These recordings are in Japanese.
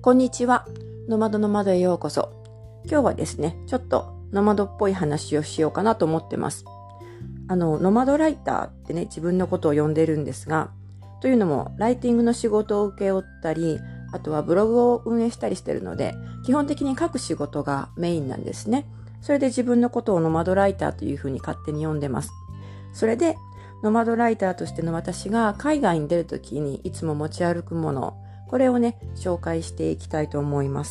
こんにちは。ノマドの窓へようこそ。今日はですね、ちょっとノマドっぽい話をしようかなと思ってます。ノマドライターってね、自分のことを呼んでるんですが、というのも、ライティングの仕事を請け負ったり、あとはブログを運営したりしてるので、基本的に書く仕事がメインなんですね。それで自分のことをノマドライターというふうに勝手に呼んでます。それで、ノマドライターとしての私が海外に出るときにいつも持ち歩くもの、これをね、紹介していきたいと思います。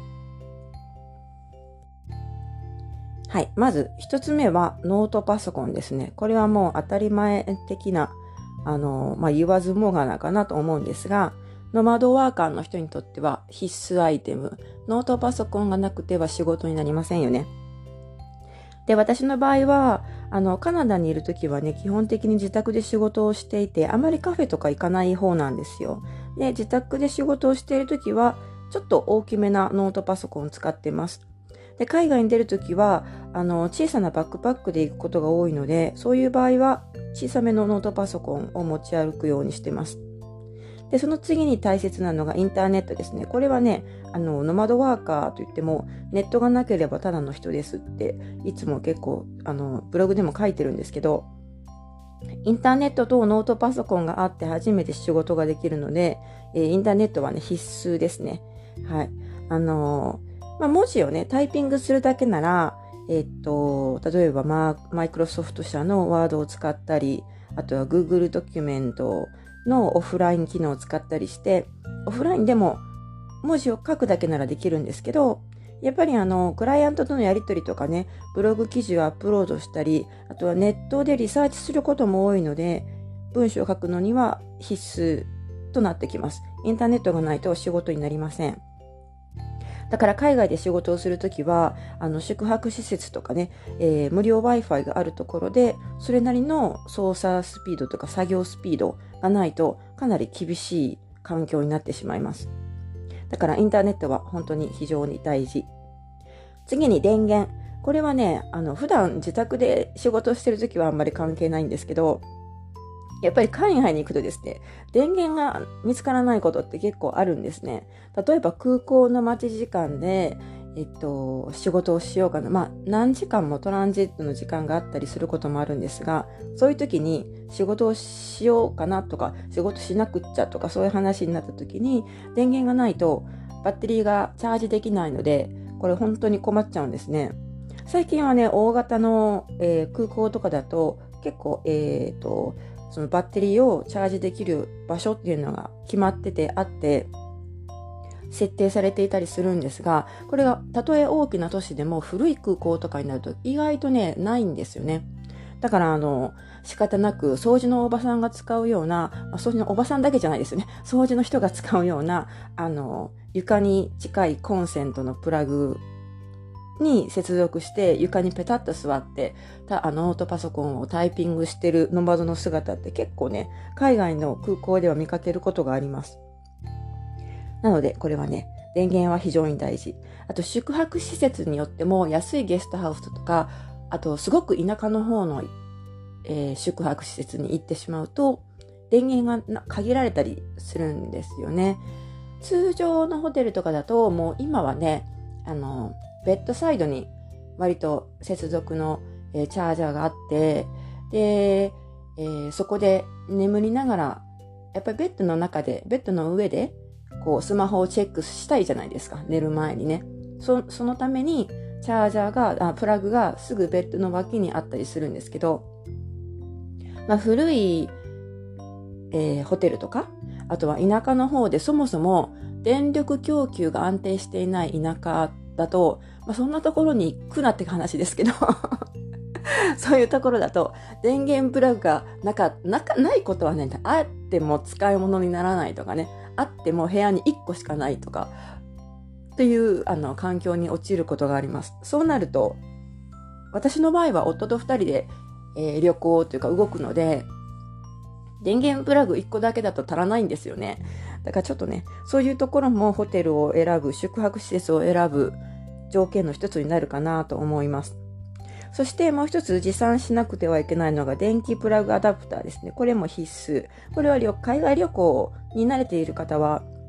はい。まず、一つ目はノートパソコンですね。これはもう当たり前的な、言わずもがなかなと思うんですが、ノマドワーカーの人にとっては必須アイテム。ノートパソコンがなくては仕事になりませんよね。で、私の場合は、カナダにいるときはね、基本的に自宅で仕事をしていて、あまりカフェとか行かない方なんですよ。で、自宅で仕事をしているときは、ちょっと大きめなノートパソコンを使っています。で、海外に出るときは、小さなバックパックで行くことが多いので、そういう場合は、小さめのノートパソコンを持ち歩くようにしてます。で、その次に大切なのがインターネットですね。これはね、ノマドワーカーといっても、ネットがなければただの人ですって、いつも結構、ブログでも書いてるんですけど、インターネットとノートパソコンがあって初めて仕事ができるので、インターネットはね、必須ですね。はい。文字をね、タイピングするだけなら、例えば、マイクロソフト社のワードを使ったり、あとは Google ドキュメントのオフライン機能を使ったりして、オフラインでも文字を書くだけならできるんですけど、やっぱりクライアントとのやり取りとかね、ブログ記事をアップロードしたり、あとはネットでリサーチすることも多いので、文章を書くのには必須となってきます。インターネットがないと仕事になりません。だから海外で仕事をするときは、宿泊施設とかね、無料 Wi-Fi があるところで、それなりの操作スピードとか作業スピードがないと、かなり厳しい環境になってしまいます。だからインターネットは本当に非常に大事。次に電源。これはね、普段自宅で仕事をしてるときはあんまり関係ないんですけど、やっぱり海外に行くとですね、電源が見つからないことって結構あるんですね。例えば空港の待ち時間で、仕事をしようかな。何時間もトランジットの時間があったりすることもあるんですが、そういう時に仕事をしようかなとか、仕事しなくっちゃとか、そういう話になった時に、電源がないとバッテリーがチャージできないので、これ本当に困っちゃうんですね。最近はね、大型の、空港とかだと、結構、そのバッテリーをチャージできる場所っていうのが決まっててあって、設定されていたりするんですが、これがたとえ大きな都市でも古い空港とかになると意外とね、ないんですよね。だから仕方なく掃除のおばさんが使うような、掃除のおばさんだけじゃないですよね。掃除の人が使うような、床に近いコンセントのプラグに接続して床にペタッと座ってノートパソコンをタイピングしてるノマドの姿って結構ね、海外の空港では見かけることがあります。なのでこれはね、電源は非常に大事。あと宿泊施設によっても安いゲストハウスとか、あとすごく田舎の方の、宿泊施設に行ってしまうと電源が限られたりするんですよね。通常のホテルとかだともう今はね、ベッドサイドに割と接続の、チャージャーがあって、で、そこで眠りながら、やっぱりベッドの上で、こうスマホをチェックしたいじゃないですか、寝る前にね。そのために、チャージャーが、プラグがすぐベッドの脇にあったりするんですけど、古い、ホテルとか、あとは田舎の方でそもそも電力供給が安定していない田舎だと、そんなところに行くなって話ですけどそういうところだと電源プラグがないことはね、あっても使い物にならないとかね、あっても部屋に1個しかないとかという環境に陥ることがあります。そうなると私の場合は夫と2人で、旅行というか動くので、電源プラグ1個だけだと足らないんですよね。だからちょっとね、そういうところもホテルを選ぶ、宿泊施設を選ぶ条件の一つになるかなと思います。そしてもう一つ持参しなくてはいけないのが電気プラグアダプターですね。これも必須。これは海外旅行に慣れている方は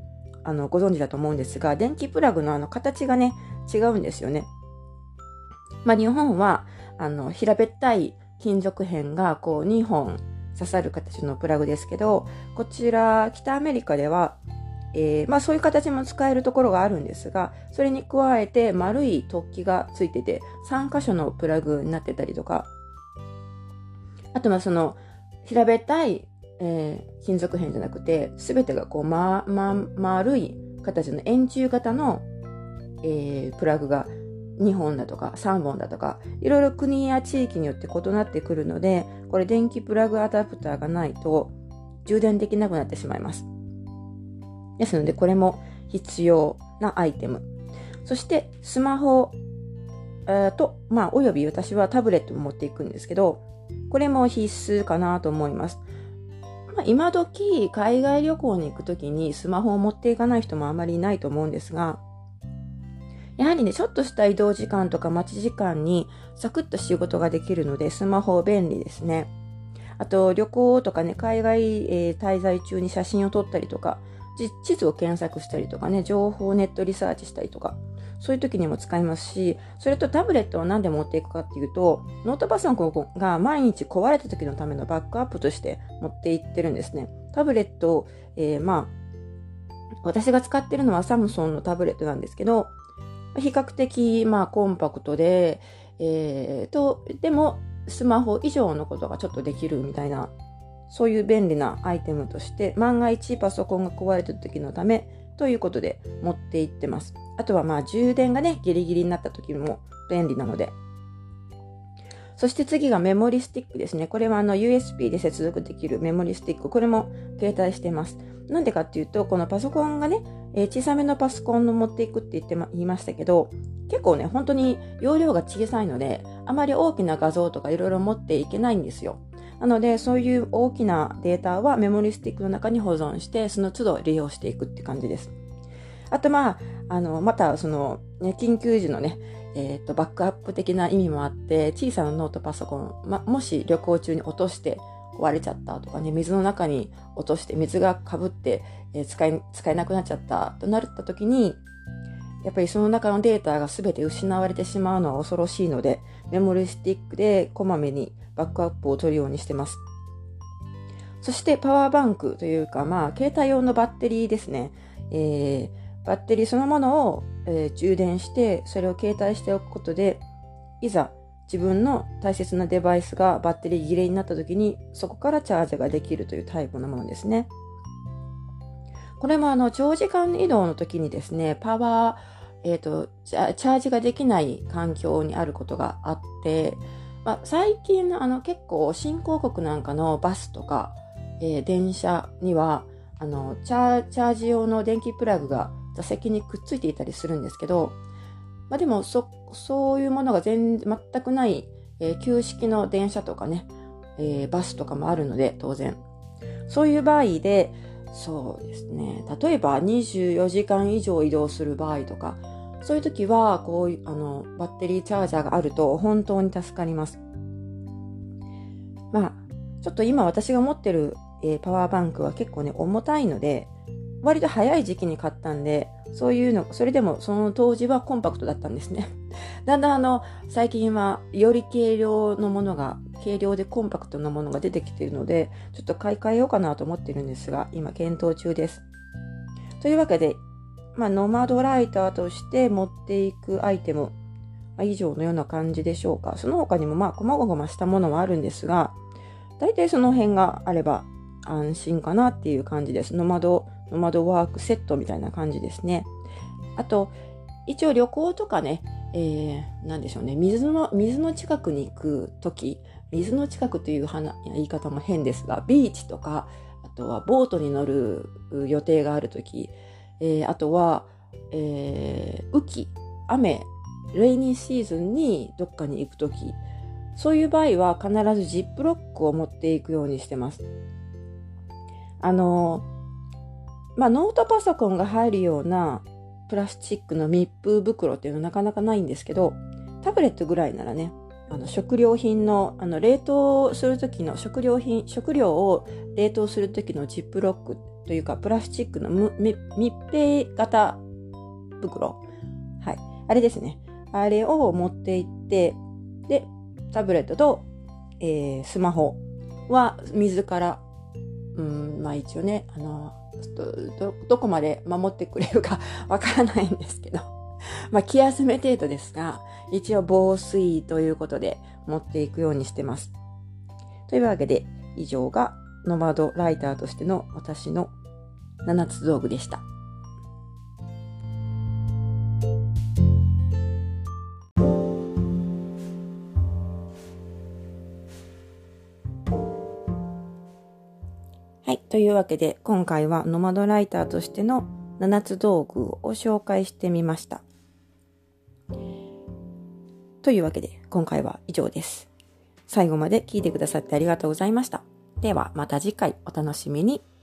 ご存知だと思うんですが、電気プラグの形がね、違うんですよね。日本は、平べったい金属片がこう2本刺さる形のプラグですけど、こちら、北アメリカでは、そういう形も使えるところがあるんですが、それに加えて丸い突起がついてて、3箇所のプラグになってたりとか、あとはその、平べったい、金属片じゃなくて、すべてがこう、丸い形の円柱型の、プラグが2本だとか3本だとか、いろいろ国や地域によって異なってくるので、これ電気プラグアダプターがないと充電できなくなってしまいます。ですので、これも必要なアイテム。そして、スマホ、および私はタブレットを持っていくんですけど、これも必須かなと思います。今時、海外旅行に行くときにスマホを持っていかない人もあまりいないと思うんですが、やはりね、ちょっとした移動時間とか待ち時間にサクッと仕事ができるので、スマホ便利ですね。あと、旅行とかね、海外、滞在中に写真を撮ったりとか、地図を検索したりとかね、情報をネットリサーチしたりとか、そういう時にも使いますし、それとタブレットを何で持っていくかっていうと、ノートパソコンが毎日壊れた時のためのバックアップとして持っていってるんですね。タブレット、私が使ってるのはサムソンのタブレットなんですけど、比較的コンパクトで、でもスマホ以上のことがちょっとできるみたいな、そういう便利なアイテムとして、万が一パソコンが壊れた時のためということで持っていってます。あとは充電がね、ギリギリになった時も便利なので。そして次がメモリスティックですね。これはUSB で接続できるメモリスティック。これも携帯しています。なんでかっていうと、このパソコンがね、小さめのパソコンを持っていくって言いましたけど、結構ね、本当に容量が小さいので、あまり大きな画像とかいろいろ持っていけないんですよ。なので、そういう大きなデータはメモリスティックの中に保存して、その都度利用していくって感じです。あとまた緊急時のね、バックアップ的な意味もあって、小さなノートパソコン、もし旅行中に落として壊れちゃったとかね、水の中に落として水がかぶって、使えなくなっちゃったとなった時に、やっぱりその中のデータが全て失われてしまうのは恐ろしいので、メモリスティックでこまめにバックアップを取るようにしてます。そしてパワーバンクというか、携帯用のバッテリーですね。バッテリーそのものを、充電して、それを携帯しておくことで、いざ自分の大切なデバイスがバッテリー切れになった時に、そこからチャージができるというタイプのものですね。これも長時間移動の時にですね、チャージができない環境にあることがあって、最近結構新興国なんかのバスとか、電車にはチャージ用の電気プラグが座席にくっついていたりするんですけど、でもそういうものが全くない、旧式の電車とかね、バスとかもあるので、当然そういう場合で、そうですね、例えば24時間以上移動する場合とか、そういう時はこういうバッテリーチャージャーがあると本当に助かります。ちょっと今私が持ってるパワーバンクは結構ね、重たいので、割と早い時期に買ったんで、それでもその当時はコンパクトだったんですね。だんだん最近はより軽量でコンパクトなものが出てきているので、ちょっと買い替えようかなと思ってるんですが、今検討中です。というわけで、ノマドライターとして持っていくアイテム、以上のような感じでしょうか。その他にも細々したものはあるんですが、大体その辺があれば安心かなっていう感じです。ノマドワークセットみたいな感じですね。あと、一応旅行とかね、なんでしょうね、水の近くに行くとき、水の近くという言い方も変ですが、ビーチとか、あとはボートに乗る予定があるとき、あとは、雨、レイニーシーズンにどっかに行くとき、そういう場合は必ずジップロックを持っていくようにしてます。ノートパソコンが入るようなプラスチックの密封袋っていうのはなかなかないんですけど、タブレットぐらいならね、食料品の、冷凍するときの食料を冷凍するときのジップロック、 というかプラスチックの密閉型袋。はい。あれですね。あれを持って行って、で、タブレットと、スマホは水から、まあ一応ね、どこまで守ってくれるかわからないんですけど、まあ気休め程度ですが、一応防水ということで持っていくようにしてます。というわけで、以上がノマドライターとしての私の7つ道具でした。はい。というわけで、今回はノマドライターとしての7つ道具を紹介してみました。というわけで、今回は以上です。最後まで聞いてくださってありがとうございました。では、また次回お楽しみに。